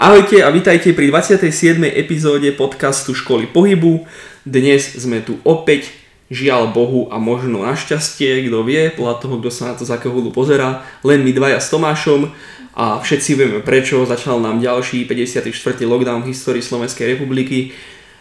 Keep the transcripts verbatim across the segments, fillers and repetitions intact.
Ahojte a vitajte pri dvadsiatej siedmej epizóde podcastu Školy pohybu. Dnes sme tu opäť, žiaľ Bohu a možno našťastie, kto vie, podľa toho, kto sa na to z akého hľadu pozerá, len my dvaja s Tomášom a všetci vieme prečo. Začal nám ďalší päťdesiaty štvrtý lockdown v histórii Slovenskej republiky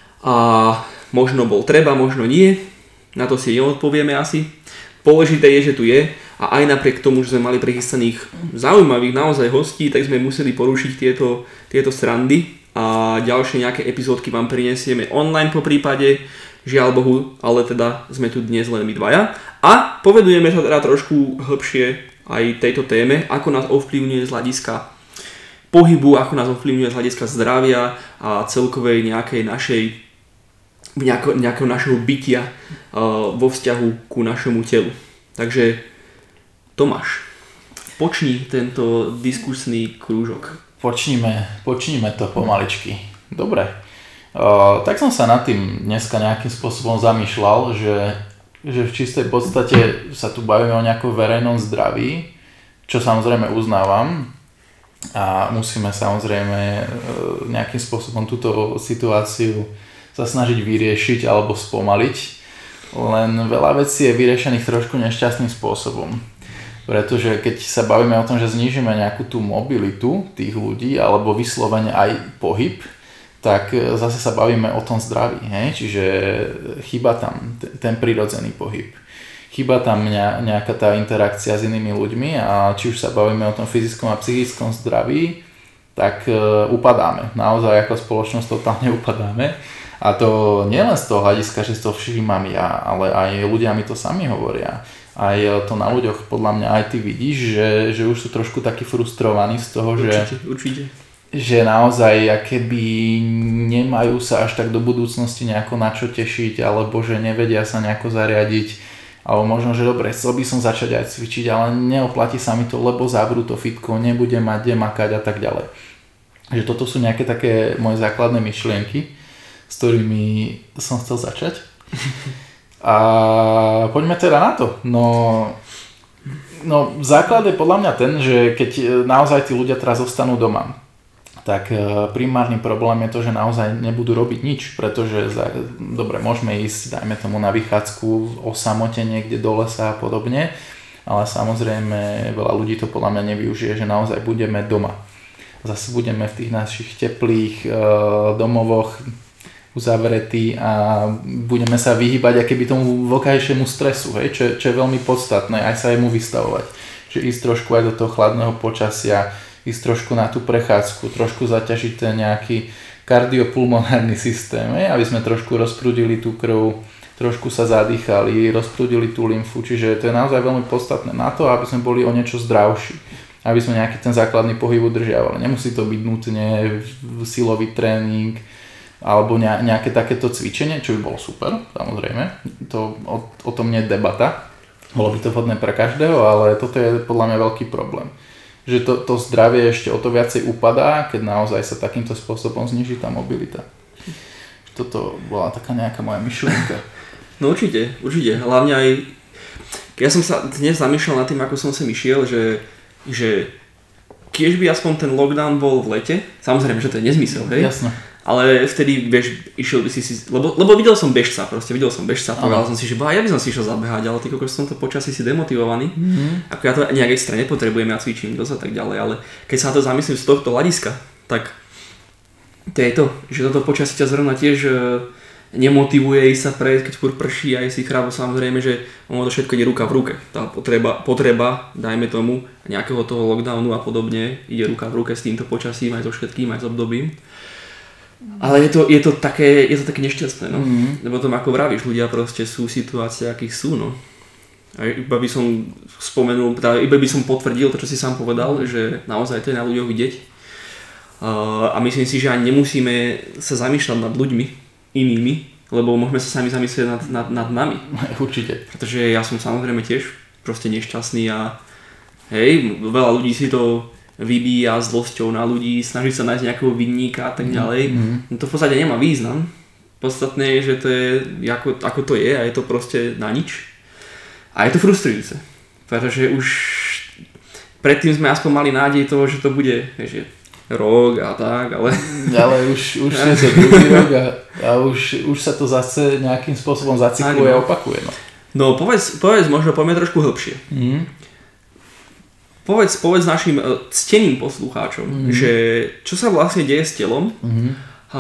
a možno bol treba, možno nie, na to si neodpovieme asi. Dôležité je, že tu je a aj napriek tomu, že sme mali prichystaných zaujímavých naozaj hostí, tak sme museli porušiť tieto, tieto srandy a ďalšie nejaké epizódky vám prinesieme online po prípade, žiaľ Bohu, ale teda sme tu dnes len my dvaja a povedujeme sa teda trošku hlbšie aj tejto téme, ako nás ovplyvňuje z hľadiska pohybu, ako nás ovplyvňuje z hľadiska zdravia a celkovej nejakej našej nejako, nejakého našeho bytia uh, vo vzťahu ku našemu telu. Takže Tomáš, počni tento diskusný krúžok. Počníme, počníme to pomaličky. Dobre. Uh, tak som sa nad tým dneska nejakým spôsobom zamýšľal, že, že v čistej podstate sa tu bavíme o nejakom verejnom zdraví, čo samozrejme uznávam a musíme samozrejme nejakým spôsobom túto situáciu sa snažiť vyriešiť alebo spomaliť. Len veľa vecí je vyriešených trošku nešťastným spôsobom. Pretože keď sa bavíme o tom, že znížime nejakú tú mobilitu tých ľudí alebo vyslovene aj pohyb, tak zase sa bavíme o tom zdraví. Hej? Čiže chýba tam t- ten prirodzený pohyb. Chýba tam nejaká tá interakcia s inými ľuďmi a či už sa bavíme o tom fyzickom a psychickom zdraví, tak upadáme. Naozaj ako spoločnosť totálne upadáme. A to nielen z toho hľadiska, že to všímam ja, ale aj ľudia mi to sami hovoria. Aj to na ľuďoch, podľa mňa aj ty vidíš, že, že už sú trošku takí frustrovaní z toho, určite, že, určite. že naozaj akéby nemajú sa až tak do budúcnosti nejako na čo tešiť, alebo že nevedia sa nejako zariadiť, alebo možno, že dobre, chcel by som začať aj cvičiť, ale neoplatí sa mi to, lebo zavrú to fitko, nebudem mať kde makať a tak ďalej. Že toto sú nejaké také moje základné myšlienky, s ktorými som chcel začať. A poďme teda na to. No, no základ je podľa mňa ten, že keď naozaj tí ľudia teraz zostanú doma, tak primárny problém je to, že naozaj nebudú robiť nič, pretože za, dobre, môžeme ísť, dajme tomu na vychádzku o samote niekde do lesa a podobne, ale samozrejme veľa ľudí to podľa mňa nevyužije, že naozaj budeme doma. Zase budeme v tých našich teplých e, domovoch uzavretí a budeme sa vyhýbať akéby tomu vonkajšiemu stresu, hej, čo, čo je veľmi podstatné, aj sa jemu vystavovať. Že ísť trošku aj do toho chladného počasia, ísť trošku na tú prechádzku, trošku zaťažiť ten nejaký kardiopulmonárny systém, hej, aby sme trošku rozprúdili tú krv, trošku sa zadýchali, rozprúdili tú lymfu, čiže to je naozaj veľmi podstatné na to, aby sme boli o niečo zdravší, aby sme nejaký ten základný pohyb udržiavali. Nemusí to byť nutne silový tréning, alebo nejaké takéto cvičenie, čo by bolo super, samozrejme, to, o, o tom nie je debata, bolo by to vhodné pre každého, ale toto je podľa mňa veľký problém. Že to, to zdravie ešte o to viacej upadá, keď naozaj sa takýmto spôsobom zniží tá mobilita. Toto bola taká nejaká moja myšlienka. No určite, určite, hlavne aj, ja som sa dnes zamýšľal nad tým, ako som sem išiel, že, že keď by aspoň ten lockdown bol v lete, samozrejme, že to je nezmysel, hej? Jasné. Ale vtedy, vieš, išiel by si si, lebo, lebo videl som bežca, proste videl som bežca, povedal som si, že bá, ja by som si išiel zabehať, ale ty kokos, som to počasí si demotivovaný, mm-hmm. ako ja to nejak extra nepotrebujem, ja cvičím dosť a tak ďalej, ale keď sa na to zamyslím z tohto hľadiska, tak to je to, že toto počasí ťa zrovna tiež nemotivuje ísť sa prejsť, keď furt prší a je si chrábo, samozrejme, že ono to všetko ide ruka v ruke, tá potreba, potreba, dajme tomu, nejakého toho lockdownu a podobne, ide ruka v ruke s týmto počasím, aj so všetkým, aj s obdobím. Ale je to, je to také, je to také nešťastné, no. Mm-hmm. Lebo tom ako vravíš, ľudia proste sú v situácii, akých sú, no. A iba by som spomenul, iba by som potvrdil to, čo si sám povedal, že naozaj to je na ľuďoch vidieť. Uh, a myslím si, že ani nemusíme sa zamýšľať nad ľuďmi inými, lebo môžeme sa sami zamyslieť nad, nad, nad nami. Určite. Pretože ja som samozrejme tiež proste nešťastný a hej, veľa ľudí si to vybíja zlosťou na ľudí, snaží sa nájsť nejakého vinníka a tak ďalej. Mm-hmm. No to v podstate nemá význam. Podstatné je, že to je, ako, ako to je a je to proste na nič. A je to frustrujúce. Pretože už predtým sme aspoň mali nádej toho, že to bude, že rok a tak, ale... Ale už, už je to druhý rok a, a už, už sa to zase nejakým spôsobom zacykluje a opakuje. No, no povedz, povedz možno poďme trošku hlbšie. Mm. Povedz, povedz našim cteným poslucháčom, mm. že čo sa vlastne deje s telom, mm.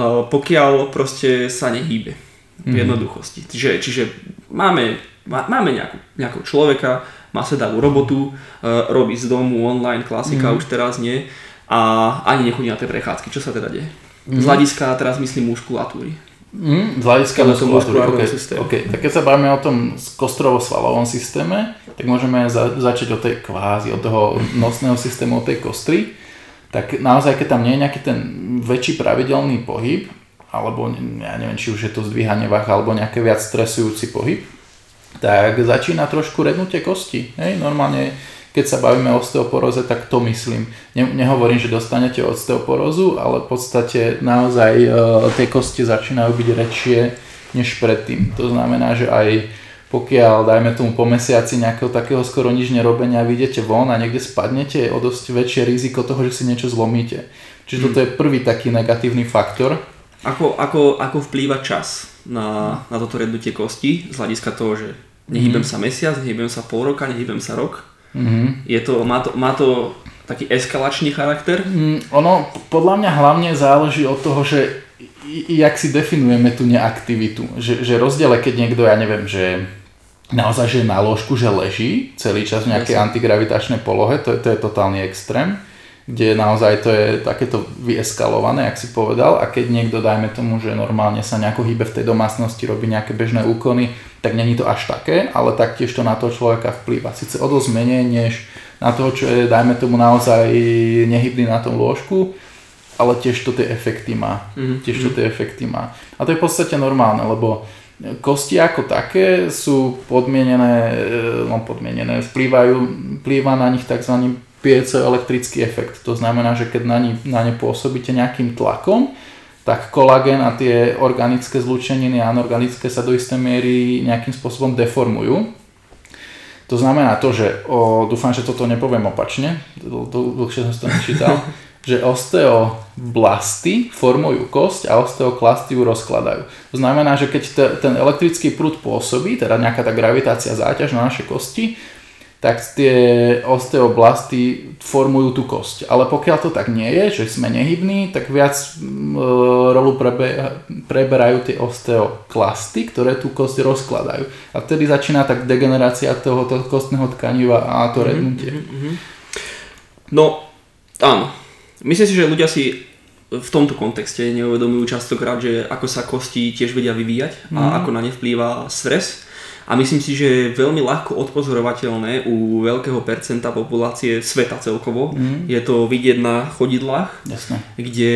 pokiaľ proste sa nehýbe v jednoduchosti. Mm. Čiže, čiže máme, má, máme nejakú, nejakého človeka, má sedavú robotu, robí z domu online, klasika mm. už teraz nie, a ani nechodí na tie prechádzky. Čo sa teda deje? Mm. Z hľadiska, teraz myslím, muskulatúry. Mm, z hľadiska muskulatúry, okay, okay. Tak keď sa bavíme o tom kostrovo-svalovom systéme, tak môžeme za, začať od tej kvázi, od toho nosného systému, od tej kostry. Tak naozaj, keď tam nie je nejaký ten väčší pravidelný pohyb, alebo ja neviem, či už je to zdvíhanie váh, alebo nejaký viac stresujúci pohyb, tak začína trošku rednutie kosti. Hej, normálne keď sa bavíme o osteoporóze, tak to myslím. Ne, nehovorím, že dostanete osteoporózu, ale v podstate naozaj e, tie kosti začínajú byť väčšie než predtým. To znamená, že aj pokiaľ, dajme tomu po mesiaci nejakého takého skoro nič nerobenia, vyjdete von a niekde spadnete, je o dosť väčšie riziko toho, že si niečo zlomíte. Čiže hmm. toto je prvý taký negatívny faktor. Ako, ako, ako vplýva čas na, na toto rednutie kosti z hľadiska toho, že nehýbem hmm. sa mesiac, nehýbem sa pol roka, nehýbem sa rok? Mm-hmm. Je to, má, to, má to taký eskalačný charakter? Mm, ono podľa mňa hlavne záleží od toho, že jak si definujeme tú neaktivitu. Že, že rozdiele, keď niekto, ja neviem, že naozaj že je na lôžku, že leží celý čas v nejakej Jasne. antigravitačnej polohe, to je, to je totálny extrém, kde naozaj to je takéto vyeskalované, jak si povedal, a keď niekto, dajme tomu, že normálne sa nejako hýbe v tej domácnosti, robí nejaké bežné úkony, tak není to až také, ale taktiež to na toho človeka vplýva. Sice o dosť menej, než na toho, čo je, dajme tomu, naozaj nehybný na tom lôžku, ale tiež to tie efekty má. Mm-hmm. Tiež to tie efekty má. A to je v podstate normálne, lebo kosti ako také sú podmienené, no podmienené, vplývajú, vplýva na nich tzv. Piezoelektrický efekt. To znamená, že keď na ne, na ne pôsobíte nejakým tlakom, tak kolagén a tie organické zlúčeniny a anorganické sa do istej miery nejakým spôsobom deformujú. To znamená to, že o, dúfam, že toto nepoviem opačne, dlhšie som si to nečítal, že osteoblasty formujú kosť a osteoklasty ju rozkladajú. To znamená, že keď te, ten elektrický prúd pôsobí, teda nejaká tá gravitácia, záťaž na naše kosti, tak tie osteoblasty formujú tú kosť. Ale pokiaľ to tak nie je, že sme nehybní, tak viac e, rolu prebe, preberajú tie osteoklasty, ktoré tú kosť rozkladajú. A vtedy začína tak degenerácia tohoto kostného tkaniva a to rednutie. Mm-hmm. No, áno. Myslím si, že ľudia si v tomto kontexte neuvedomujú častokrát, že ako sa kosti tiež vedia vyvíjať a mm. ako na ne vplýva stres. A myslím si, že je veľmi ľahko odpozorovateľné u veľkého percenta populácie sveta celkovo. Mm. Je to vidieť na chodidlách, Jasne. kde,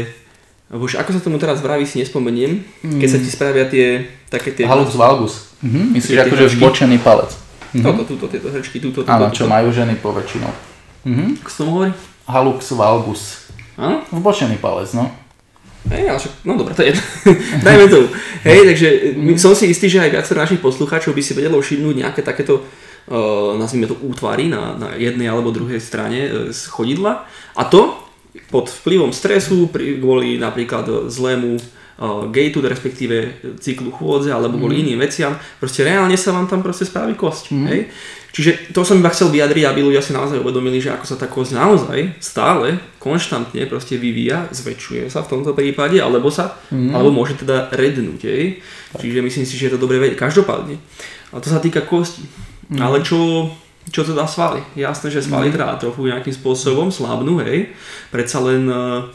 bož, ako sa tomu teraz vraví, si nespomeniem, mm. keď sa ti spravia tie také tie... Hallux valgus. Mm-hmm. Myslíš akože zbočený palec. Mm-hmm. Toto, túto, tieto hrčky, túto, túto. Áno, čo majú ženy poväčšinou. Mm-hmm. Ako sa tomu hovorí? Hallux valgus. Áno? Zbočený palec, no. Hej, ale však, no dobré, to je dajme to. Hej, takže mm. som si istý, že aj viacero našich poslucháčov by si vedelo všimnúť nejaké takéto, uh, nazvime to útvary na, na jednej alebo druhej strane uh, z chodidla. A to pod vplyvom stresu, pri, kvôli napríklad zlému uh, gaitu, respektíve cyklu chôdze, alebo kvôli mm. iným veciam, proste reálne sa vám tam proste spraví kosť. Mm. Hej? Čiže to som iba chcel vyjadriť, aby ľudia si naozaj uvedomili, že ako sa tá kosť naozaj stále, konštantne proste vyvíja, zväčšuje sa v tomto prípade, alebo sa, mm. alebo môže teda rednúť. Hej? Čiže myslím si, že je to dobre vedieť. Každopádne. A to sa týka kosti. Mm. Ale čo, čo teda svaly? Jasné, že svaly mm. teda trochu nejakým spôsobom slabnú, hej. Predsa len,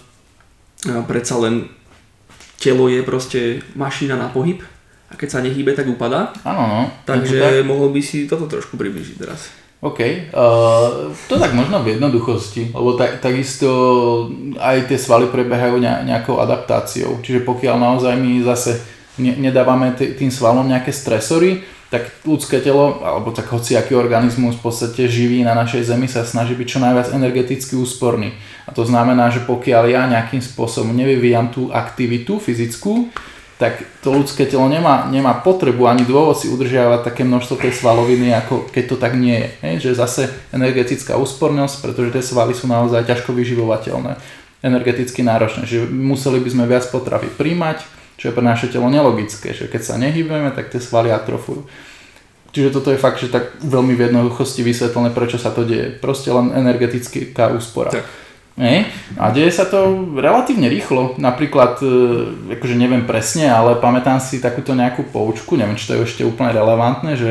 predsa len telo je proste mašina na pohyb. A keď sa nehýbe, tak upadá. Áno, no. Takže tak. Mohol by si toto trošku približiť teraz. OK. Uh, to tak možno v jednoduchosti, lebo tak, takisto aj tie svaly prebehajú nejakou adaptáciou. Čiže pokiaľ naozaj my zase ne, nedávame t- tým svalom nejaké stresory, tak ľudské telo, alebo tak hociaký organizmus v podstate živý na našej Zemi sa snaží byť čo najviac energeticky úsporný. A to znamená, že pokiaľ ja nejakým spôsobom nevyvíjam tú aktivitu fyzickú, tak to ľudské telo nemá, nemá potrebu ani dôvod si udržiavať také množstvo tej svaloviny, ako keď to tak nie je. Hej? Že zase energetická úspornosť, pretože tie svaly sú naozaj ťažko vyživovateľné. energeticky náročné, že museli by sme viac potravy príjmať, čo je pre naše telo nelogické, že keď sa nehybeme, tak tie svaly atrofujú. Čiže toto je fakt, že tak veľmi v jednoduchosti vysvetlené, prečo sa to deje. Proste len energetická úspora. Tak. Nie? A deje sa to relatívne rýchlo. Napríklad, akože neviem presne, ale pamätám si takúto nejakú poučku, neviem, či to je ešte úplne relevantné, že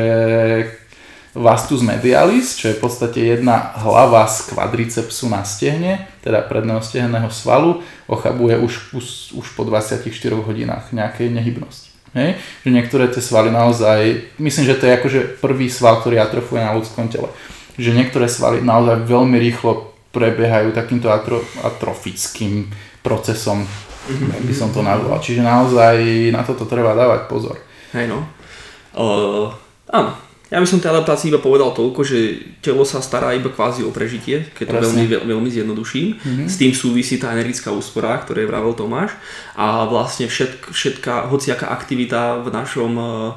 vastus medialis, čo je v podstate jedna hlava z kvadricepsu na stehne, teda predného stehného svalu, ochabuje už, už, už po dvadsiatich štyroch hodinách nejakej nehybnosti. Hej? Že niektoré tie svaly naozaj, myslím, že to je akože prvý sval, ktorý atrofuje na ľudskom tele. Že niektoré svaly naozaj veľmi rýchlo prebiehajú takýmto atro, atrofickým procesom, mm-hmm. by som to nazval. Čiže naozaj na toto treba dávať pozor. Hej no. Uh, áno. Ja by som tej adaptácii iba povedal toľko, že telo sa stará iba kvázi o prežitie, keď to veľmi, veľmi zjednoduším. Mm-hmm. S tým súvisí tá energická úspora, ktoré vravel Tomáš. A vlastne všetk, všetká, hociaká aktivita v našom,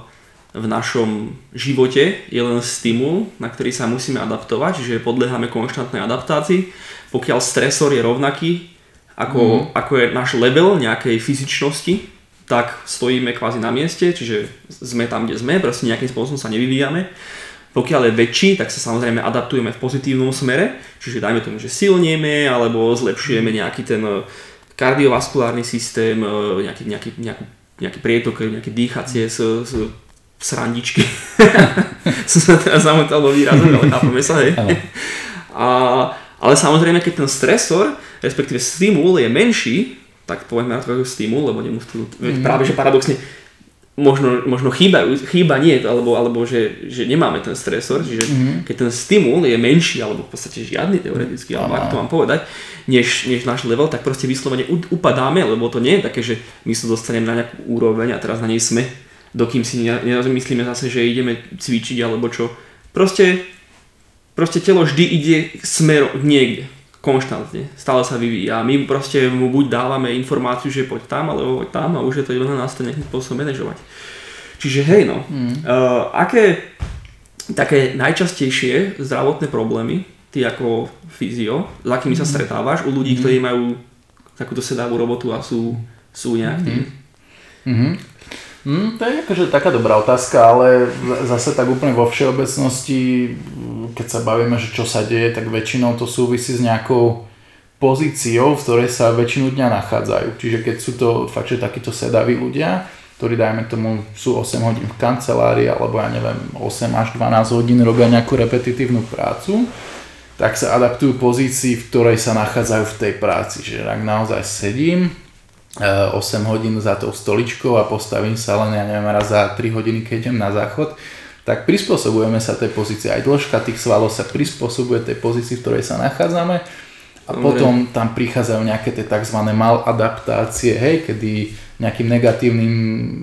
v našom živote je len stimul, na ktorý sa musíme adaptovať, čiže podliehame konštantnej adaptácii. Pokiaľ stresor je rovnaký, ako, mm-hmm. ako je náš level nejakej fyzičnosti, tak stojíme kvázi na mieste, čiže sme tam, kde sme, proste nejakým spôsobom sa nevyvíjame. Pokiaľ je väčší, tak sa samozrejme adaptujeme v pozitívnom smere, čiže dajme tomu, že silnieme, alebo zlepšujeme nejaký ten kardiovaskulárny systém, nejaký, nejaký, nejaký, nejaký prietok, nejaké dýchacie z, z srandičky. Som sa teraz zamotal do výrazu, ale chápame sa, hej. A, ale samozrejme, keď ten stresor, respektíve stimul je menší, tak povieme na tvojho stimul, lebo nemusí, mm-hmm. práve že paradoxne možno, možno chýba, chýba nie, alebo, alebo že, že nemáme ten stresor, čiže mm-hmm. keď ten stimul je menší, alebo v podstate žiadny teoreticky, alebo ako to mám povedať, než, než náš level, tak proste vyslovene upadáme, lebo to nie je také, že my sa dostaneme na nejakú úroveň a teraz na nej sme, dokým si nemyslíme zase, že ideme cvičiť alebo čo. Proste, proste telo vždy ide smerom niekde. Konštantne, stále sa vyvíja a my proste mu buď dávame informáciu, že poď tam, alebo poď tam a už je to len nás to nejakým spôsobom manažovať. Čiže hej no, mm. uh, aké také najčastejšie zdravotné problémy, ty ako fyzio, s akými sa stretávaš u ľudí, mm. ktorí majú takúto sedavú robotu a sú, sú nejak tým? Mm. Mm, to je akože taká dobrá otázka, ale zase tak úplne vo všeobecnosti, keď sa bavíme, že čo sa deje, tak väčšinou to súvisí s nejakou pozíciou, v ktorej sa väčšinu dňa nachádzajú. Čiže keď sú to fakt, že takíto sedaví ľudia, ktorí dajme tomu sú osem hodín v kancelárii, alebo ja neviem, osem až dvanásť hodín robia nejakú repetitívnu prácu, tak sa adaptujú pozícii, v ktorej sa nachádzajú v tej práci. Čiže ak naozaj sedím osem hodín za tou stoličkou a postavím sa len, ja neviem, raz za tri hodiny, keď idem na záchod, tak prispôsobujeme sa tej pozícii. Aj dĺžka tých svalov sa prispôsobuje tej pozícii, v ktorej sa nachádzame a Dobre. Potom tam prichádzajú nejaké tie tzv. Maladaptácie, hej, kedy nejakým negatívnym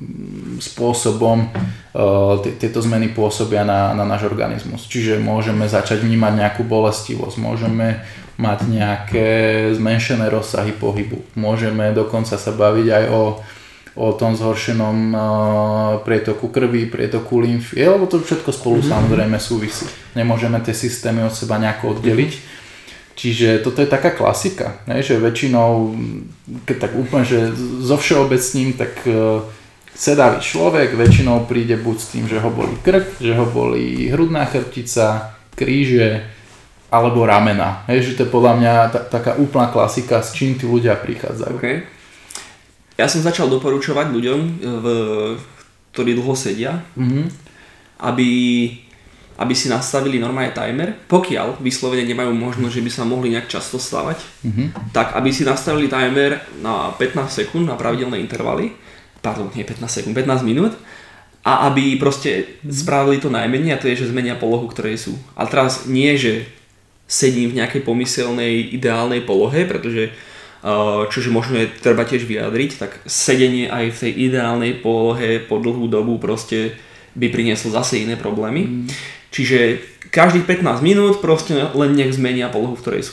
spôsobom uh, t- tieto zmeny pôsobia na, na náš organizmus. Čiže môžeme začať vnímať nejakú bolestivosť, môžeme mať nejaké zmenšené rozsahy pohybu. Môžeme dokonca sa baviť aj o, o tom zhoršenom uh, prietoku krvi, prietoku lymfy, lebo to všetko spolu mm-hmm. samozrejme súvisí. Nemôžeme tie systémy od seba nejako oddeliť. Čiže toto je taká klasika, ne? Že väčšinou, keď tak úplne, že zo všeobecním, tak uh, sedavý človek väčšinou príde buď s tým, že ho bolí krk, že ho bolí hrudná chrbtica, kríže, alebo ramena. Hej, že to je podľa mňa t- taká úplná klasika, s čím tí ľudia prichádzajú. Okay. Ja som začal doporučovať ľuďom, v, ktorí dlho sedia, mm-hmm. aby, aby si nastavili normálne timer. Pokiaľ vyslovene nemajú možnosť, že by sa mohli nejak často stávať, mm-hmm. tak aby si nastavili timer na pätnásť sekúnd na pravidelné intervaly. Pardon, nie pätnásť sekúnd, pätnásť minút. A aby proste spravili to najmenej, a to je, že zmenia polohu, ktoré sú. Ale teraz nie, že sedím v nejakej pomyselnej ideálnej polohe, pretože čože možno je treba tiež vyjadriť, tak sedenie aj v tej ideálnej polohe po dlhú dobu proste by prinieslo zase iné problémy. Mm. Čiže každých pätnásť minút proste len nech zmenia polohu, v ktorej sú.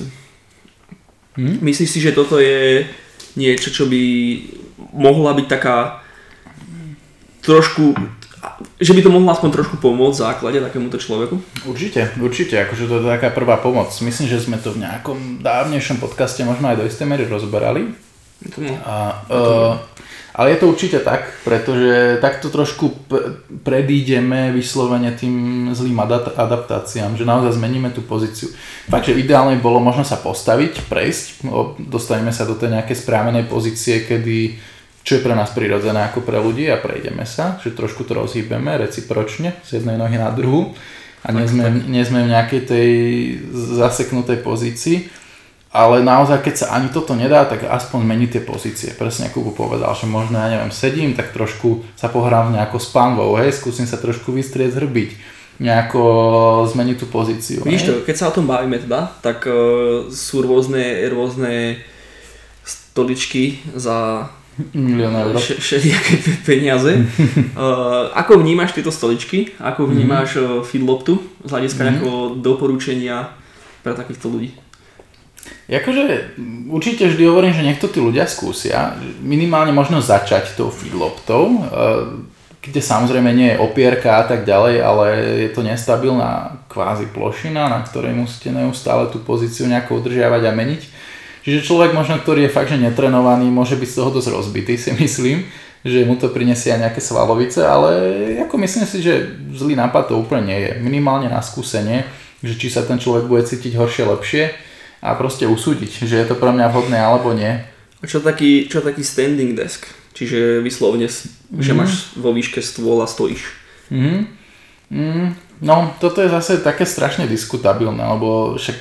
Mm. Myslíš si, že toto je niečo, čo by mohla byť taká trošku že by to mohlo aspoň trošku pomôcť v základe takémuto človeku? Určite, určite, akože to je taká prvá pomoc. Myslím, že sme to v nejakom dávnejšom podcaste možno aj do istej miery rozberali. A, uh, ale je to určite tak, pretože takto trošku predídeme vyslovene tým zlým adaptáciám, že naozaj zmeníme tú pozíciu. Fakt, že ideálne bolo možno sa postaviť, prejsť, dostaneme sa do tej nejakej správnej pozície, kedy čo je pre nás prirodzené ako pre ľudí a prejdeme sa, že trošku to rozhýbeme recipročne z jednej nohy na druhú a nie sme, nie sme v nejakej tej zaseknutej pozícii. Ale naozaj, keď sa ani toto nedá, tak aspoň mení tie pozície. Presne ako Kubo povedal, že možno, ja neviem, sedím, tak trošku sa pohrám nejako s pánvou, hej, skúsim sa trošku vystrieť, zhrbiť, nejako zmeniť tú pozíciu. Vidíš to, keď sa o tom bavíme teda, tak uh, sú rôzne, rôzne stoličky za milión eur. Všelijaké peniaze. uh, ako vnímaš tieto stoličky? Ako vnímaš uh, feedloptu z hľadiska mm. nejakého doporučenia pre takýchto ľudí? Akože určite vždy hovorím, že nech to tí ľudia skúsia, minimálne možno začať tou feedloptou, kde samozrejme nie je opierka a tak ďalej, ale je to nestabilná kvázi plošina, na ktorej musíte neustále tú pozíciu nejako udržiavať a meniť. Čiže človek možno, ktorý je fakt, že netrenovaný, môže byť z toho dosť rozbitý, si myslím, že mu to prinesie aj nejaké svalovice, ale ako myslím si, že zlý nápad to úplne nie je. Minimálne na skúsenie, že či sa ten človek bude cítiť horšie, lepšie, a proste usúdiť, že je to pre mňa vhodné alebo nie. A čo taký, čo taký standing desk? Čiže vyslovene, mm. že máš vo výške stôl a stojíš. Mm. Mm. No, toto je zase také strašne diskutabilné, lebo však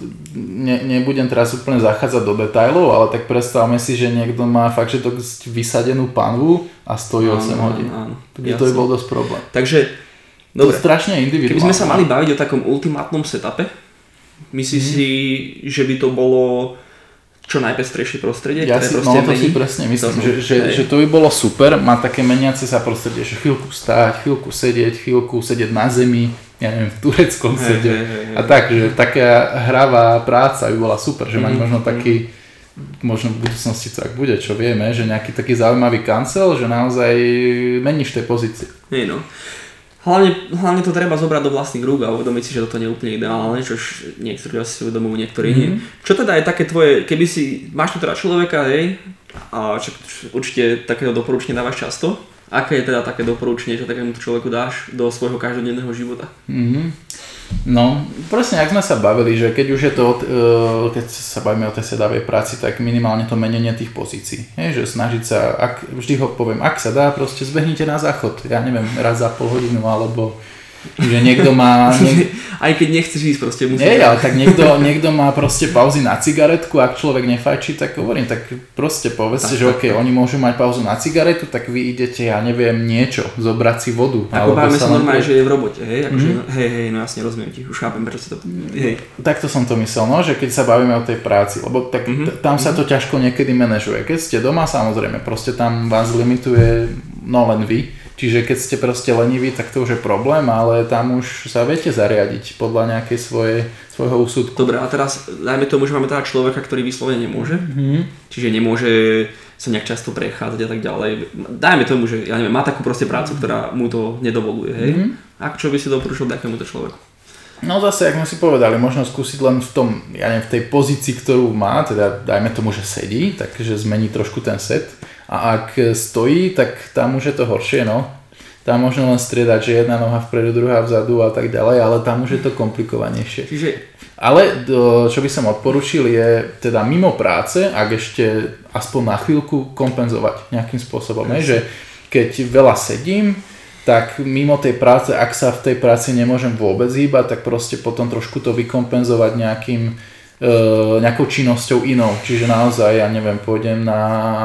ne, nebudem teraz úplne zachádzať do detailov, ale tak predstavme si, že niekto má fakt, že to vysadenú panvu a stojí áno, osem hodín. Áno, to by bol dosť problém. Takže, dobre, to je strašne individuálne. Keby sme sa mali baviť o takom ultimátnom setupe, myslíš mm. si, že by to bolo čo najpestrejšie prostredie? Ja si, no to si presne myslím, to, že, že, že to by bolo super, má také meniace sa prostredie, že chvíľku stáť, chvíľku sedieť, chvíľku sedieť na zemi, ja neviem, v tureckom sede hey, hey, hey, a tak, že taká hravá práca by bola super, že mm. mať možno taký, možno v budúcnosti to ak bude, čo vieme, že nejaký taký zaujímavý kancel, že naozaj meníš tej pozície. Hej no. Hlavne, hlavne to treba zobrať do vlastných rúk a uvedomiť si, že toto nie je úplne ideálne, čož niektorí asi uvedomujú, niektorí nie. Mm-hmm. Čo teda je také tvoje, keby si, máš tu teda človeka, hej, a čo, určite takéto doporučenie dávaš často, aké je teda také doporučenie, čo takému človeku dáš do svojho každodenného života? Mm-hmm. No, presne, ak sme sa bavili, že keď už je to, keď sa bavíme o tej sedavej práci, tak minimálne to menenie tých pozícií. Je, že snažiť sa, ak, vždy ho poviem, ak sa dá, proste zbehnite na záchod. Ja neviem, raz za pol hodinu, alebo že niekto má... Niek... Aj keď nechceš ísť, proste musíš... Nie, ale tak niekto, niekto má proste pauzy na cigaretku, ak človek nefajčí, tak hovorím, tak proste povedzte, že okej, okay, oni môžu mať pauzu na cigaretu, tak vy idete, ja neviem, niečo, zobrať si vodu. Ako bavíme sa normálne, že je v robote, hej? Akože, mm-hmm. hej, hej, no jasne, rozumiem ti, už chápem, prečo si to... Hej. Takto som to myslel, no, že keď sa bavíme o tej práci, lebo tak mm-hmm. tam sa to ťažko niekedy manažuje. Keď ste doma, samozrejme, proste tam vás limituje, no len vy. Čiže keď ste proste leniví, tak to už je problém, ale tam už sa viete zariadiť podľa nejakej svoje, svojho úsudku. Dobre, a teraz dajme tomu, že máme teda človeka, ktorý vyslovene nemôže. Mm-hmm. Čiže nemôže sa nejak často prechádzať a tak ďalej. Dajme tomu, že ja neviem, má takú proste prácu, ktorá mu to nedovoluje, hej? Mm-hmm. A čo by si doporučil takémuto človeku? No zase, ako sme si povedali, možno skúsiť len v tom, ja neviem, v tej pozícii, ktorú má, teda dajme tomu, že sedí, takže zmení trošku ten set. A ak stojí, tak tam už je to horšie, no. Tam možno len striedať, že jedna noha vpredu, druhá vzadu a tak ďalej, ale tam už je to komplikovanejšie. Čiže... Ale čo by som odporučil je teda mimo práce, ak ešte aspoň na chvíľku kompenzovať nejakým spôsobom. Je, že keď veľa sedím, tak mimo tej práce, ak sa v tej práci nemôžem vôbec hýbať, tak proste potom trošku to vykompenzovať nejakým e, nejakou činnosťou inou. Čiže naozaj, ja neviem, pôjdem na...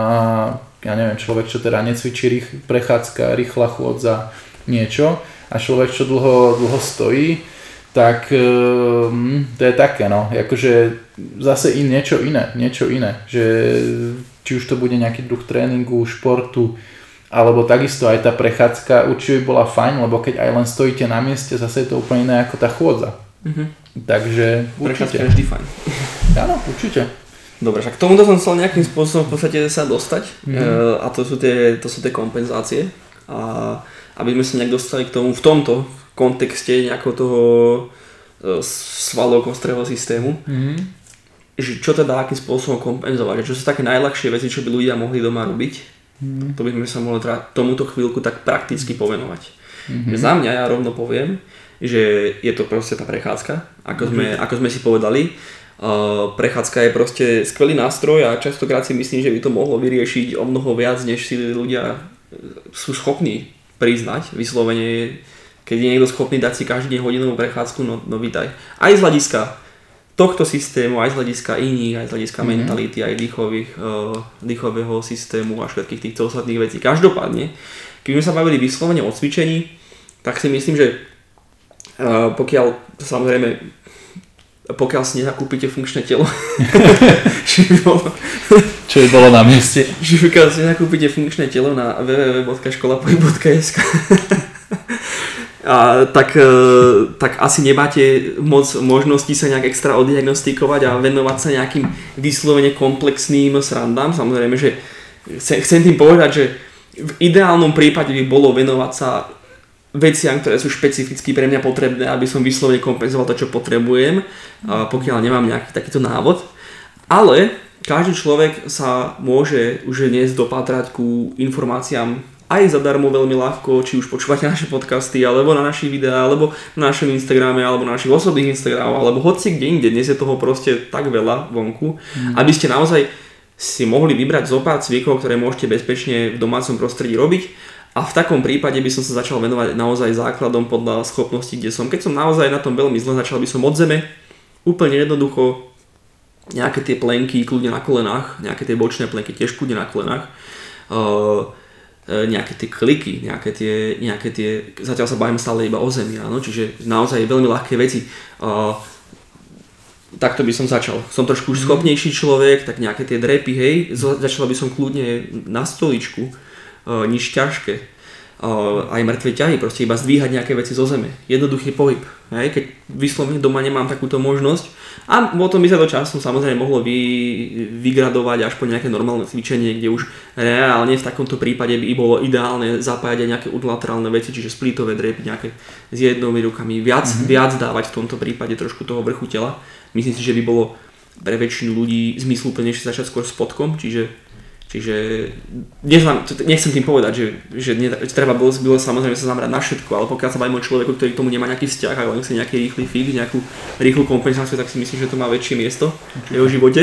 ja neviem, človek, čo teda necvičí rých, prechádzka, rýchla chôdza, niečo a človek, čo dlho, dlho stojí, tak um, to je také, no, akože zase in niečo iné, niečo iné, že či už to bude nejaký druh tréningu, športu, alebo takisto aj tá prechádzka určite by bola fajn, lebo keď aj len stojíte na mieste, zase je to úplne iné ako tá chôdza. Mm-hmm. Takže určite. Prechádzka je vždy fajn. Áno, určite. Dobre, však k tomuto som chcel nejakým spôsobom v podstate sa dostať mm. e, a to sú tie, to sú tie kompenzácie a aby sme sa nejak dostali k tomu v tomto kontexte nejakého toho svalov-kostrého systému. Mm-hmm. Že čo teda akým spôsobom kompenzovať, čo sú také najľahšie veci, čo by ľudia mohli doma robiť. Mm-hmm. To by sme sa mohli teda tomuto chvíľku tak prakticky povenovať. Mm-hmm. Za mňa ja rovno poviem, že je to proste tá prechádzka, ako sme, mm-hmm. ako sme si povedali. Uh, prechádzka je proste skvelý nástroj a častokrát si myslím, že by to mohlo vyriešiť o mnoho viac, než si ľudia sú schopní priznať. Vyslovene, keď je niekto schopný dať si každý deň hodinovú prechádzku, no, no vítaj. Aj z hľadiska tohto systému, aj z hľadiska iných, aj z hľadiska mm-hmm. mentality, aj dýchových, uh, dýchového systému a všetkých týchto ostatných vecí. Každopádne, keď sme sa bavili vyslovene o cvičení, tak si myslím, že uh, pokiaľ samozrejme pokiaľ si nenakúpite funkčné telo, by bolo, čo by bolo na mieste, že pokiaľ si nenakúpite funkčné telo na w w w bodka škola pohybu bodka es ká a tak, tak asi nemáte moc možností sa nejak extra oddiagnostikovať a venovať sa nejakým vyslovene komplexným srandám. Samozrejme, že chcem tým povedať, že v ideálnom prípade by bolo venovať sa veciam, ktoré sú špecificky pre mňa potrebné, aby som vyslovene kompenzoval to, čo potrebujem, pokiaľ nemám nejaký takýto návod. Ale každý človek sa môže už dnes dopátrať ku informáciám aj zadarmo veľmi ľahko, či už počúvate naše podcasty, alebo na našich videách, alebo na našom Instagrame, alebo na našich osobných Instagramoch, alebo hoci kde inde. Dnes je toho proste tak veľa vonku, mm. aby ste naozaj si mohli vybrať zo pár cvikov, ktoré môžete bezpečne v domácom prostredí robiť. A v takom prípade by som sa začal venovať naozaj základom podľa schopností, kde som. Keď som naozaj na tom veľmi zle, začal by som od zeme, úplne jednoducho, nejaké tie plenky kľudne na kolenách, nejaké tie bočné plenky tiež kľudne na kolenách, uh, nejaké tie kliky, nejaké tie, nejaké tie, zatiaľ sa bavím stále iba o zemi, áno, čiže naozaj veľmi ľahké veci. Uh, takto by som začal. Som trošku už schopnejší človek, tak nejaké tie drepy, hej, začal by som kľudne na stoličku, Uh, nič ťažké, uh, aj mŕtve ťahy, proste iba zdvíhať nejaké veci zo zeme. Jednoduchý pohyb. Hej? Keď vyslovene doma nemám takúto možnosť a potom by sa to časom samozrejme mohlo vy, vygradovať až po nejaké normálne cvičenie, kde už reálne v takomto prípade by bolo ideálne zapájať aj nejaké unilaterálne veci, čiže splitové drepy, nejaké s jednomi rukami, viac, mm-hmm. viac dávať v tomto prípade trošku toho vrchu tela. Myslím si, že by bolo pre väčšinu ľudí zmysluplnejšie začať skôr s spodkom, čiže Čiže nechcem tým povedať, že, že ne, treba bolo, bolo samozrejme sa zamerať na všetko, ale pokiaľ sa bavíme o človeku, ktorý k tomu nemá nejaký vzťah, ale len chce nejaký rýchly fix, nejakú rýchlu kompenzáciu, tak si myslím, že to má väčšie miesto v jeho živote.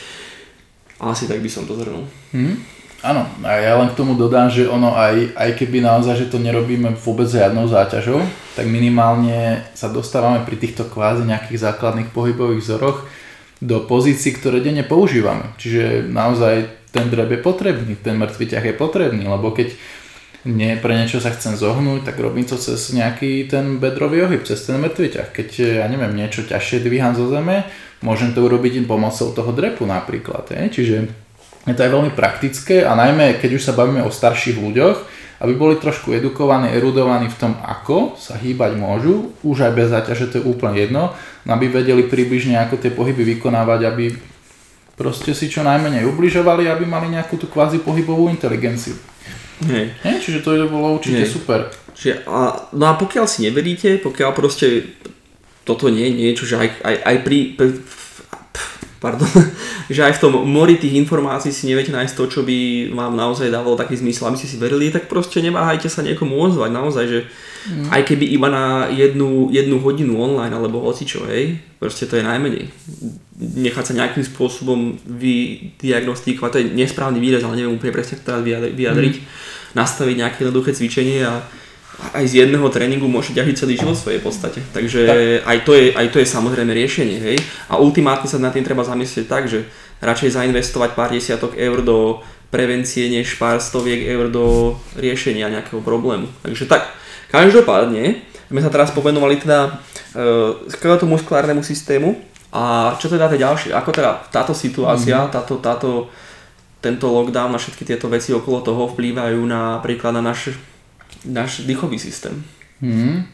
A asi tak by som to zhrnul. Hmm. Áno, a ja len k tomu dodám, že ono aj, aj keby naozaj, že to nerobíme vôbec žiadnou záťažou, tak minimálne sa dostávame pri týchto kvázi nejakých základných pohybových vzoroch do pozícií, ktoré denne používame. Čiže naozaj ten drep je potrebný, ten mŕtvý ťah je potrebný, lebo keď nie, pre niečo sa chcem zohnúť, tak robím to cez nejaký ten bedrový ohyb, cez ten mŕtvý ťah. Keď, ja neviem, niečo ťažšie dvíham zo zeme, môžem to urobiť pomocou toho drepu napríklad. Je? Čiže je to aj veľmi praktické a najmä, keď už sa bavíme o starších ľuďoch, aby boli trošku edukovaní, erudovaní v tom, ako sa hýbať môžu, už aj bez záťaže, to je úplne jedno, aby vedeli približne, ako tie pohyby vykonávať, aby proste si čo najmenej ubližovali, aby mali nejakú tú kvázi pohybovú inteligenciu. Hej. Hej, čiže to je bolo určite Hej. super. Čiže a, no a pokiaľ si neveríte, pokiaľ proste toto nie je niečo, že aj, aj, aj pri, pri pardon, že aj v tom mori tých informácií si neviete nájsť to, čo by vám naozaj dávalo taký zmysel, aby ste si verili, tak proste neváhajte sa niekomu ozvať, naozaj, že mm. aj keby iba na jednu, jednu hodinu online alebo hocičo, hej, proste to je najmenej. Nechať sa nejakým spôsobom vydiagnostikovať, to je nesprávny výraz, ale neviem úplne presne to vyjadriť, mm. nastaviť nejaké jednoduché cvičenie a aj z jedného tréningu môže ťažiť celý život v svojej podstate. Takže aj to, je, aj to je samozrejme riešenie. Hej? A ultimátne sa nad tým treba zamyslieť tak, že radšej zainvestovať pár desiatok eur do prevencie, než pár stoviek eur do riešenia nejakého problému. Takže tak, každopádne sme sa teraz povenovali teda uh, skeletomuskulárnemu systému a čo teda tie ďalšie, ako teda táto situácia, mm. táto, táto, tento lockdown a všetky tieto veci okolo toho vplývajú na, napríklad na náš náš dýchový systém. Mm.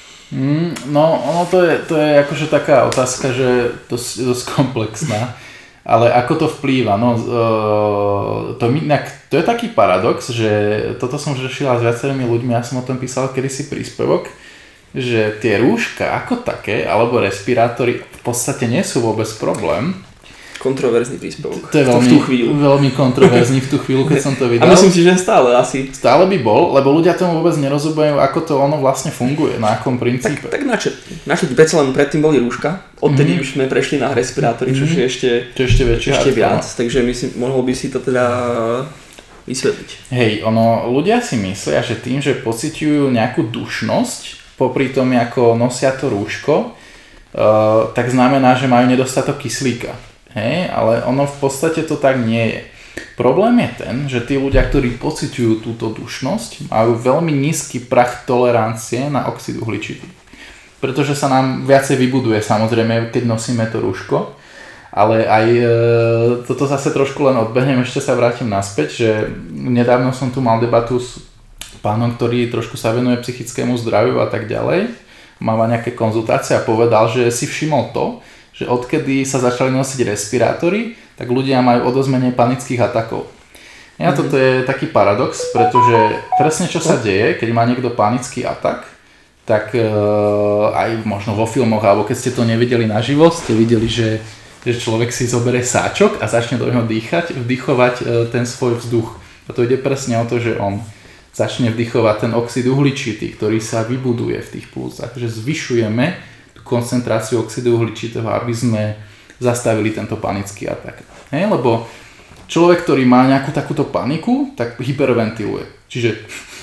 Mm, no, ono to je, to je akože taká otázka, že to je dosť komplexná. Ale ako to vplýva? No, to, to je taký paradox, že toto som řešila s viacerými ľuďmi, ja som o tom písal kedysi príspevok, že tie rúška ako také, alebo respirátory v podstate nie sú vôbec problém. Kontroverzný príspevok. To je veľmi, veľmi kontroverzný v tú chvíľu, keď som to vydal. A myslím si, že stále asi. Stále by bol, lebo ľudia tomu vôbec nerozumejú, ako to ono vlastne funguje, na akom princípe. Tak, tak načet. Načet, predsa len predtým boli rúška, odtedy mm. už sme prešli na respirátory, čo je ešte, čo ešte, väčšie ešte viac, takže myslím, mohol by si to teda vysvetliť. Hej, ono, ľudia si myslia, že tým, že pociťujú nejakú dušnosť, popri tom, ako nosia to rúško, uh, tak znamená, že majú nedostatok kyslíka. Hej, ale ono v podstate to tak nie je. Problém je ten, že tí ľudia, ktorí pociťujú túto dušnosť, majú veľmi nízky prach tolerancie na oxid uhličitý. Pretože sa nám viacej vybuduje, samozrejme, keď nosíme to rúško. Ale aj e, toto zase trošku len odbehnem, ešte sa vrátim naspäť, že nedávno som tu mal debatu s pánom, ktorý trošku sa venuje psychickému zdraviu a tak ďalej. Máva nejaké konzultácie a povedal, že si všimol to, že odkedy sa začali nosiť respirátory, tak ľudia majú o dosť menej panických atakov. Ja mm-hmm. toto je taký paradox, pretože presne čo sa deje, keď má niekto panický atak, tak e, aj možno vo filmoch, alebo keď ste to nevideli naživo, ste videli, že, že človek si zoberie sáčok a začne do neho dýchať, vdychovať e, ten svoj vzduch. A to ide presne o to, že on začne vdychovať ten oxid uhličitý, ktorý sa vybuduje v tých pulzách, že zvyšujeme koncentráciu oxidu uhličitého, aby sme zastavili tento panický atak. Hej, lebo človek, ktorý má nejakú takúto paniku, tak hyperventiluje. Čiže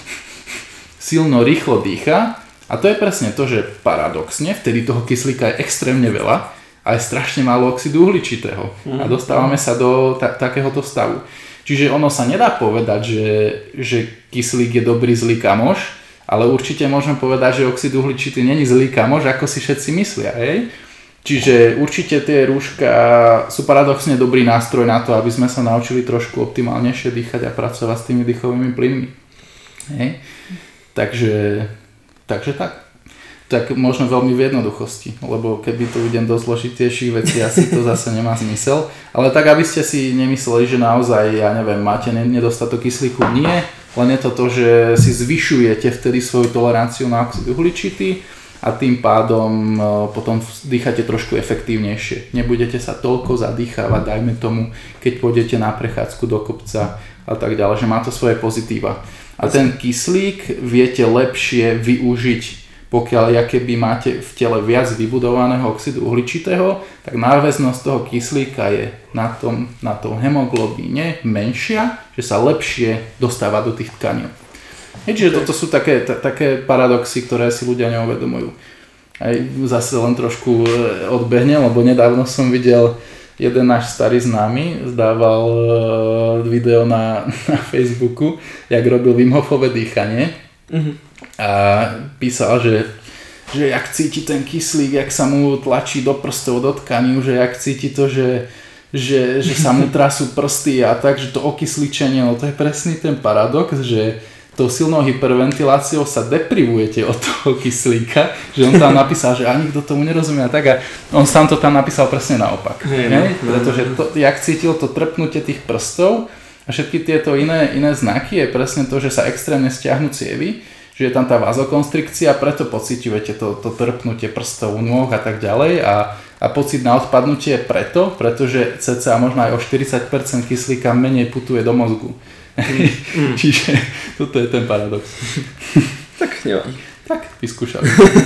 silno, rýchlo dýcha a to je presne to, že paradoxne, vtedy toho kyslíka je extrémne veľa a je strašne málo oxidu uhličitého. A dostávame sa do ta- takéhoto stavu. Čiže ono sa nedá povedať, že, že kyslík je dobrý, zlý kamoš, ale určite môžeme povedať, že oxid uhličitý není zlý kamoš, ako si všetci myslia. Hej? Čiže určite tie rúška sú paradoxne dobrý nástroj na to, aby sme sa naučili trošku optimálnejšie dýchať a pracovať s tými dýchovými plynmi. Hej? Takže, takže tak. Tak možno veľmi v jednoduchosti, lebo keby to idem do zložitejších vecí, asi to zase nemá zmysel. Ale tak, aby ste si nemysleli, že naozaj, ja neviem, máte nedostatok kyslíku, nie. Len je to to, že si zvyšujete vtedy svoju toleranciu na oxid uhličitý a tým pádom potom dýchate trošku efektívnejšie. Nebudete sa toľko zadýchávať, dajme tomu, keď pôjdete na prechádzku do kopca a tak ďalej, že má to svoje pozitíva. A ten kyslík viete lepšie využiť, pokiaľ keby máte v tele viac vybudovaného oxidu uhličitého, tak náväznosť toho kyslíka je na tom, na tom hemoglobíne menšia, že sa lepšie dostáva do tých tkanív. Čiže toto sú také, t- také paradoxy, ktoré si ľudia neuvedomujú. Aj zase len trošku odbehnem, lebo nedávno som videl jeden náš starý známy, zdával video na, na Facebooku, jak robil Wim Hofové dýchanie. Mm-hmm. A písal, že, že jak cíti ten kyslík, jak sa mu tlačí do prstov, do tkaní, že jak cíti to, že, že, že sa mu trasú prsty a tak, že to okysličenie, no to je presný ten paradox, že tou silnou hyperventiláciou sa deprivujete od toho kyslíka, že on tam napísal, že ani kto tomu nerozumie a tak a on sám to tam napísal presne naopak. Hey, no, pretože to, jak cítil to trpnutie tých prstov a všetky tieto iné, iné znaky je presne to, že sa extrémne stiahnu cievy, že je tam tá vazokonstrikcia, preto pociťujete to, to trpnutie prstov, nôh a tak ďalej a, a pocit na odpadnutie je preto, pretože cca možno aj o štyridsať percent kyslíka menej putuje do mozgu. Mm. Čiže toto je ten paradox. Tak nevadí. Tak, vyskúšali.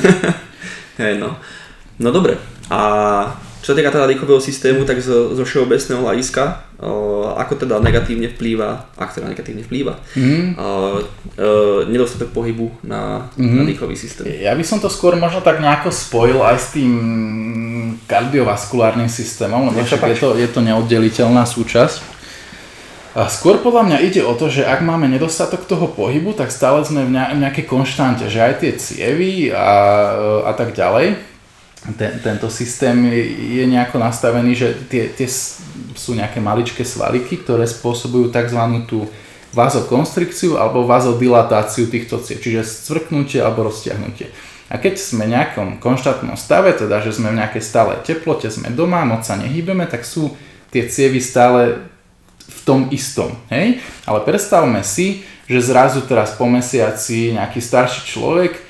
Hej no. No dobre. A čo sa týka teda dýchového systému, tak zo, zo všeobecného hľadiska, o, ako teda negatívne vplýva, ak teda negatívne vplýva, mm. o, o, nedostatok pohybu na, mm. na dýchový systém. Ja by som to skôr možno tak nejako spojil aj s tým kardiovaskulárnym systémom, lebo však je to, je to neoddeliteľná súčasť. A skôr podľa mňa ide o to, že ak máme nedostatok toho pohybu, tak stále sme v nejakej konštante, že aj tie cievy a, a tak ďalej. Ten, tento systém je nejako nastavený, že tie, tie sú nejaké maličké svaliky, ktoré spôsobujú tzv. Tú vazokonstrikciu alebo vazodilatáciu týchto ciev, čiže scvrknutie alebo roztiahnutie. A keď sme v nejakom konštantnom stave, teda že sme v nejakej stálej teplote, sme doma, moc sa nehýbeme, tak sú tie cievy stále v tom istom, hej? Ale predstavme si, že zrazu teraz po mesiaci nejaký starší človek,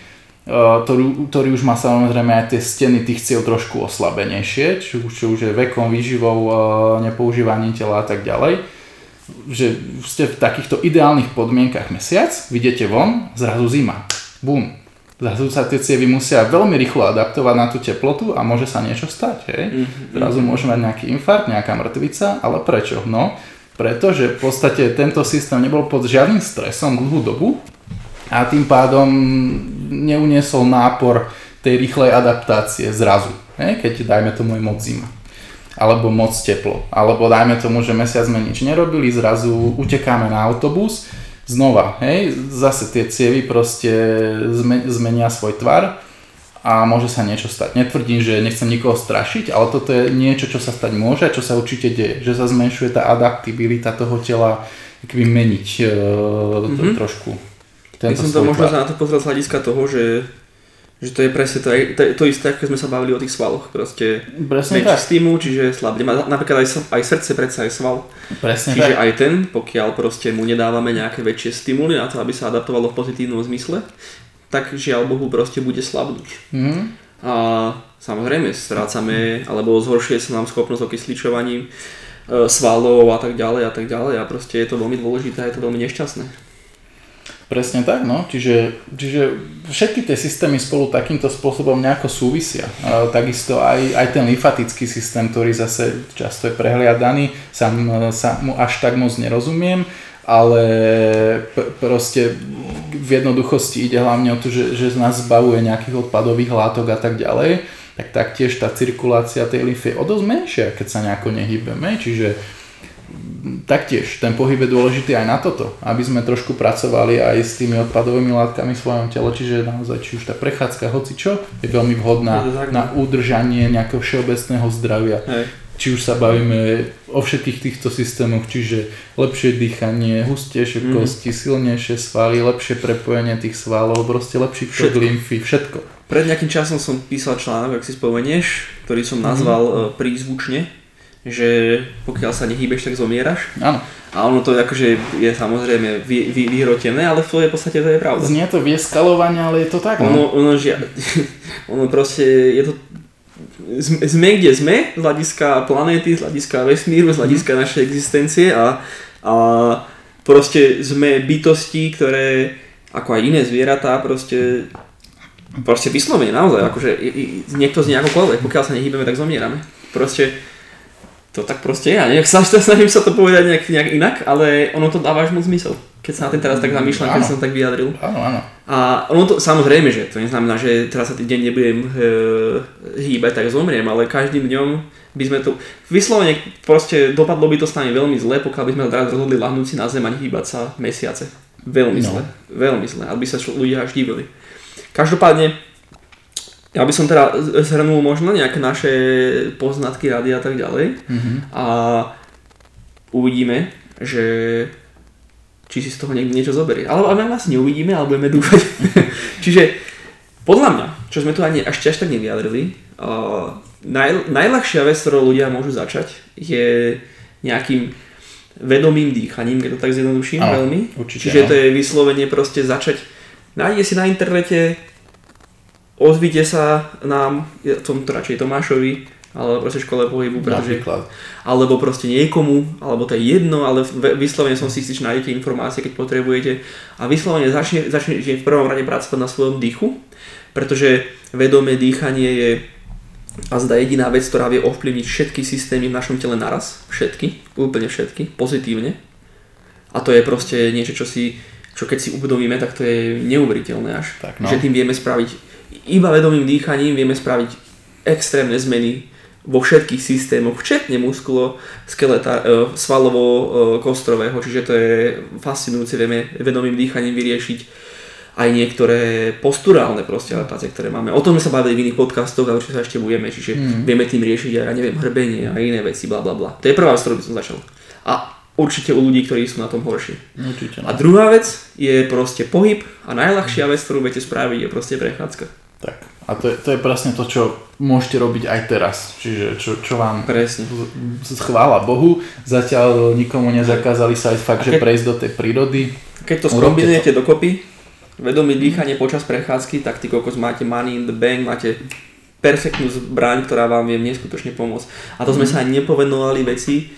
Ktorý, ktorý už má samozrejme aj tie steny tých ciev trošku oslabenejšie, čo, čo už je vekom, výživou, nepoužívaním tela a tak ďalej, že ste v takýchto ideálnych podmienkach mesiac, vidíte von, zrazu zima, bum. Zrazu sa tie cievy musia veľmi rýchlo adaptovať na tú teplotu a môže sa niečo stať, hej? Mm-hmm. Zrazu môže mať nejaký infarkt, nejaká mŕtvica, ale prečo? No, pretože v podstate tento systém nebol pod žiadnym stresom dlhú dobu, a tým pádom neuniesol nápor tej rýchlej adaptácie zrazu, hej? Keď dajme tomu je moc zima, alebo moc teplo, alebo dajme tomu, že mesiac sme nič nerobili, zrazu utekáme na autobus, znova, hej? Zase tie cievy proste zmenia svoj tvar a môže sa niečo stať. Netvrdím, že nechcem nikoho strašiť, ale toto je niečo, čo sa stať môže a čo sa určite deje, že sa zmenšuje tá adaptibilita toho tela, keby meniť e, mm-hmm. trošku. Ja som to možno sa na to pozrel z hľadiska toho, že, že to je presne to, to, to isté, ako sme sa bavili o tých svaloch. Proste menší stimul, čiže slabne. Napríklad aj, aj srdce predsa je sval. Presne čiže tak. Aj ten, pokiaľ proste mu nedávame nejaké väčšie stimuly na to, aby sa adaptovalo v pozitívnom zmysle, tak žiaľ Bohu proste bude slabnúť. Mm-hmm. A samozrejme strácame, alebo zhoršuje sa nám schopnosť okysličovaním e, svalov a tak ďalej a tak ďalej a proste je to veľmi dôležité a je to veľmi nešťastné. Presne tak, no. Čiže, čiže všetky tie systémy spolu takýmto spôsobom nejako súvisia. A takisto aj, aj ten lymfatický systém, ktorý zase často je prehliadaný, sa, sa mu až tak moc nerozumiem, ale p- proste v jednoduchosti ide hlavne o to, že, že z nás zbavuje nejakých odpadových látok a tak ďalej, tak taktiež tá cirkulácia tej lymfy je o dosť menšia, keď sa nejako nehýbeme, čiže taktiež ten pohyb je dôležitý aj na toto, aby sme trošku pracovali aj s tými odpadovými látkami v svojom tele, čiže naozaj či už tá prechádzka hocičo je veľmi vhodná na udržanie nejakého všeobecného zdravia. Hej. Či už sa bavíme o všetkých týchto systémoch, čiže lepšie dýchanie, hustejšie mm. kosti, silnejšie svaly, lepšie prepojenie tých svalov, proste lepší tok lymfy, všetko. Pred nejakým časom som písal článok, ak si spomenieš, ktorý som nazval mm. prízvučne, že pokiaľ sa nehýbeš, tak zomieraš. Áno. A ono to akože je samozrejme vy, vy, vyhrotené, ale v tvojej podstate to je pravda. Znie to vieskalovanie, ale je to tak. Ono, no? ono, žia, ono proste je to... Sme kde sme, z hľadiska planéty, z hľadiska vesmíru, z hľadiska mm. našej existencie a, a proste sme bytosti, ktoré ako aj iné zvieratá proste proste vyslovene naozaj, akože niekto z nejakokoľvek, pokiaľ sa nehýbeme, tak zomierame. Proste to tak proste je, ja nejak sa, snažím sa to povedať nejak, nejak inak, ale ono to dáva až moc zmysel, keď sa na ten teraz tak zamýšľam, keď som tak vyjadril. Áno, áno. A ono to, samozrejme, že to neznamená, že teraz sa tý deň nebudem e, hýbať, tak zomriem, ale každým dňom by sme to, vyslovene proste dopadlo by to s nami veľmi zle, pokiaľ by sme teraz rozhodli lahnúť si na zem a nehýbať sa mesiace. Veľmi no. zle, veľmi zle, aby sa ľudia až divili. Každopádne, ja by som teda zhrnul možno nejaké naše poznatky, rady a tak ďalej mm-hmm. a uvidíme, že či si z toho niekto niečo zoberie. Ale my vlastne neuvidíme, ale budeme dúfať. Čiže podľa mňa, čo sme tu ani až až tak nevyjadrili, uh, naj, najľahšia vec, ktorou ľudia môžu začať, je nejakým vedomým dýchaním, keď to tak zjednoduším a, veľmi. Určite, Čiže no. to je vyslovene proste začať, nájde si na internete, ozvite sa nám, tomto radšej Tomášovi, alebo proste škole pohybu, pretože, alebo proste niekomu, alebo to je jedno, ale vyslovene som si istý, že nájdete informácie, keď potrebujete a vyslovene začne, začnete v prvom rade pracovať na svojom dýchu, pretože vedomé dýchanie je azda jediná vec, ktorá vie ovplyvniť všetky systémy v našom tele naraz, všetky, úplne všetky, pozitívne a to je proste niečo, čo si, čo keď si uvedomíme, tak to je neuveriteľné až, tak, no. že tým vieme spraviť iba vedomým dýchaním vieme spraviť extrémne zmeny vo všetkých systémoch, včetne musklo, skeleta, svalovo-kostrového, čiže to je fascinujúce, vieme vedomým dýchaním vyriešiť aj niektoré posturálne proste adaptácie, ktoré máme. O tom sme sa bavili v iných podcastoch, ale určite sa ešte budeme, čiže mm. vieme tým riešiť aj, ja neviem, hrbenie a iné veci, bla bla bla. To je prvá vec, ktorú by som začal. A určite u ľudí, ktorí sú na tom horší. Určite, no. A druhá vec je proste pohyb a najľahšia vec, ktorú viete spraviť, je proste prechádzka. Tak. A to je, to je presne to, čo môžete robiť aj teraz. Čiže čo, čo vám... Presne. Chvála Bohu, zatiaľ nikomu nezakázali sa aj fakt, keď, že prejsť do tej prírody. Keď to skombinujete dokopy, vedomé dýchanie počas prechádzky, tak ty kokos máte money in the bank, máte perfektnú zbraň, ktorá vám vie neskutočne pomôcť. A to sme sa aj nepovenovali veci,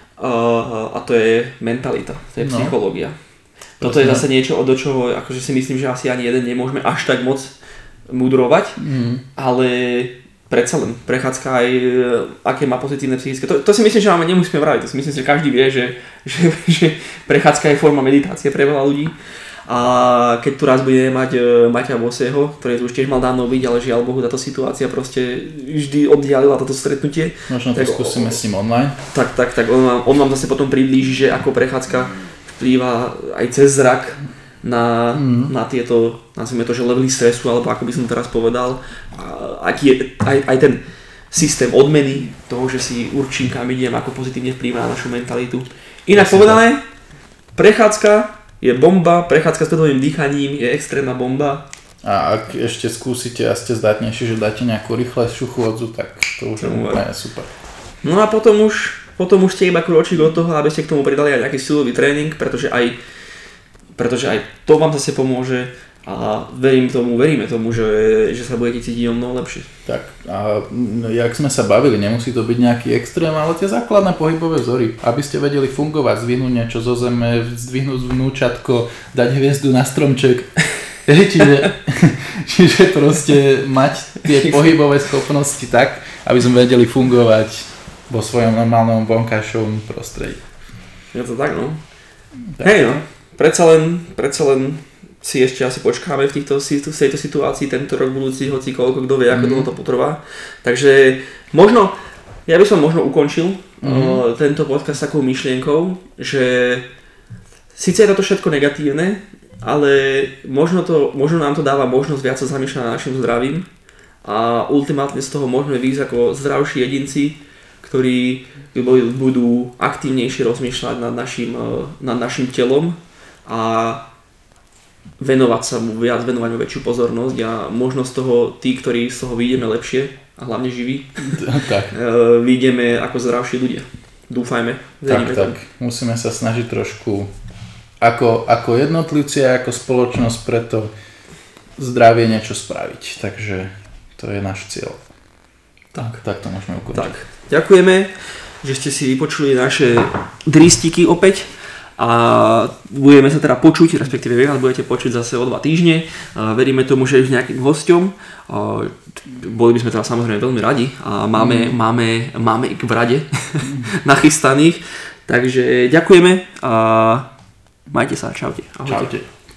uh, a to je mentalita, to je no. psychológia. Toto je zase niečo, do čoho akože si myslím, že asi ani jeden nemôžeme až tak moc mudrovať, mm. ale predsa len prechádzka aj aké má pozitívne psychické. To, to si myslím, že máme nemusíme vraviť, to si myslím, že každý vie, že, že, že prechádzka je forma meditácie pre veľa ľudí. A keď tu raz budeme mať Maťa Bosého, ktorý tu už tiež mal dávno byť, ale žiaľ Bohu, táto situácia proste vždy oddialila toto stretnutie. Možno to skúsime s ním online. Tak, tak, tak on vám, on vám zase potom priblíži, že ako prechádzka vplýva aj cez zrak na, mm. na tieto, nazvime to, že levely stresu, alebo ako by som teraz povedal, a aký je aj, aj ten systém odmeny toho, že si určím, kam idem, ako pozitívne vplýva na našu mentalitu. Inak Jasne povedané, prechádzka je bomba, prechádzka s vedomým dýchaním je extrémna bomba. A ak ešte skúsite a ste zdatnejší, že dáte nejakú rýchlejšiu chôdzu, tak to už je úplne super. No a potom už, potom už ste iba kročík od toho, aby ste k tomu pridali aj nejaký silový tréning, pretože aj pretože aj to vám zase pomôže a verím tomu, veríme tomu, že, že sa budete cítiť o mnoho lepšie. Tak a jak sme sa bavili, nemusí to byť nejaký extrém, ale tie základné pohybové vzory, aby ste vedeli fungovať, zdvihnúť niečo zo zeme, zdvihnúť vnúčatko, dať hviezdu na stromček. čiže, čiže proste mať tie pohybové schopnosti tak, aby sme vedeli fungovať vo svojom normálnom vonkajšom prostredí. Je to tak, no. Tak. Hej, no. Predsa len, predsa len si ešte asi počkáme v, týchto, v tejto situácii tento rok budúci, hoci koľko, kto vie, ako mm. dlho to potrvá. Takže možno, ja by som možno ukončil mm. uh, tento podcast s takou myšlienkou, že síce je toto všetko negatívne, ale možno, to, možno nám to dáva možnosť viac sa zamýšľať nad našim zdravím a ultimátne z toho môžeme výjsť ako zdravší jedinci, ktorí budú aktívnejšie rozmýšľať nad našim, nad našim telom a venovať sa mu viac, venovať mu väčšiu pozornosť a možno z toho tí, ktorí z toho vyjdeme lepšie a hlavne živí, tak. vyjdeme ako zdravší ľudia. Dúfajme. Tak, tak. Musíme sa snažiť trošku ako, ako jednotlivci a ako spoločnosť preto zdravie niečo spraviť. Takže to je náš cieľ. Tak, tak to môžeme ukončiť. Tak. Ďakujeme, že ste si vypočuli naše dristiky opäť a budeme sa teda počuť, respektíve vy vás budete počuť zase o dva týždne. Veríme tomu, že s nejakým hosťom. Boli by sme teda samozrejme veľmi radi a máme, mm. máme, máme ich v rade nachystaných. Takže ďakujeme a majte sa, čaute. Ahojte. Čaute.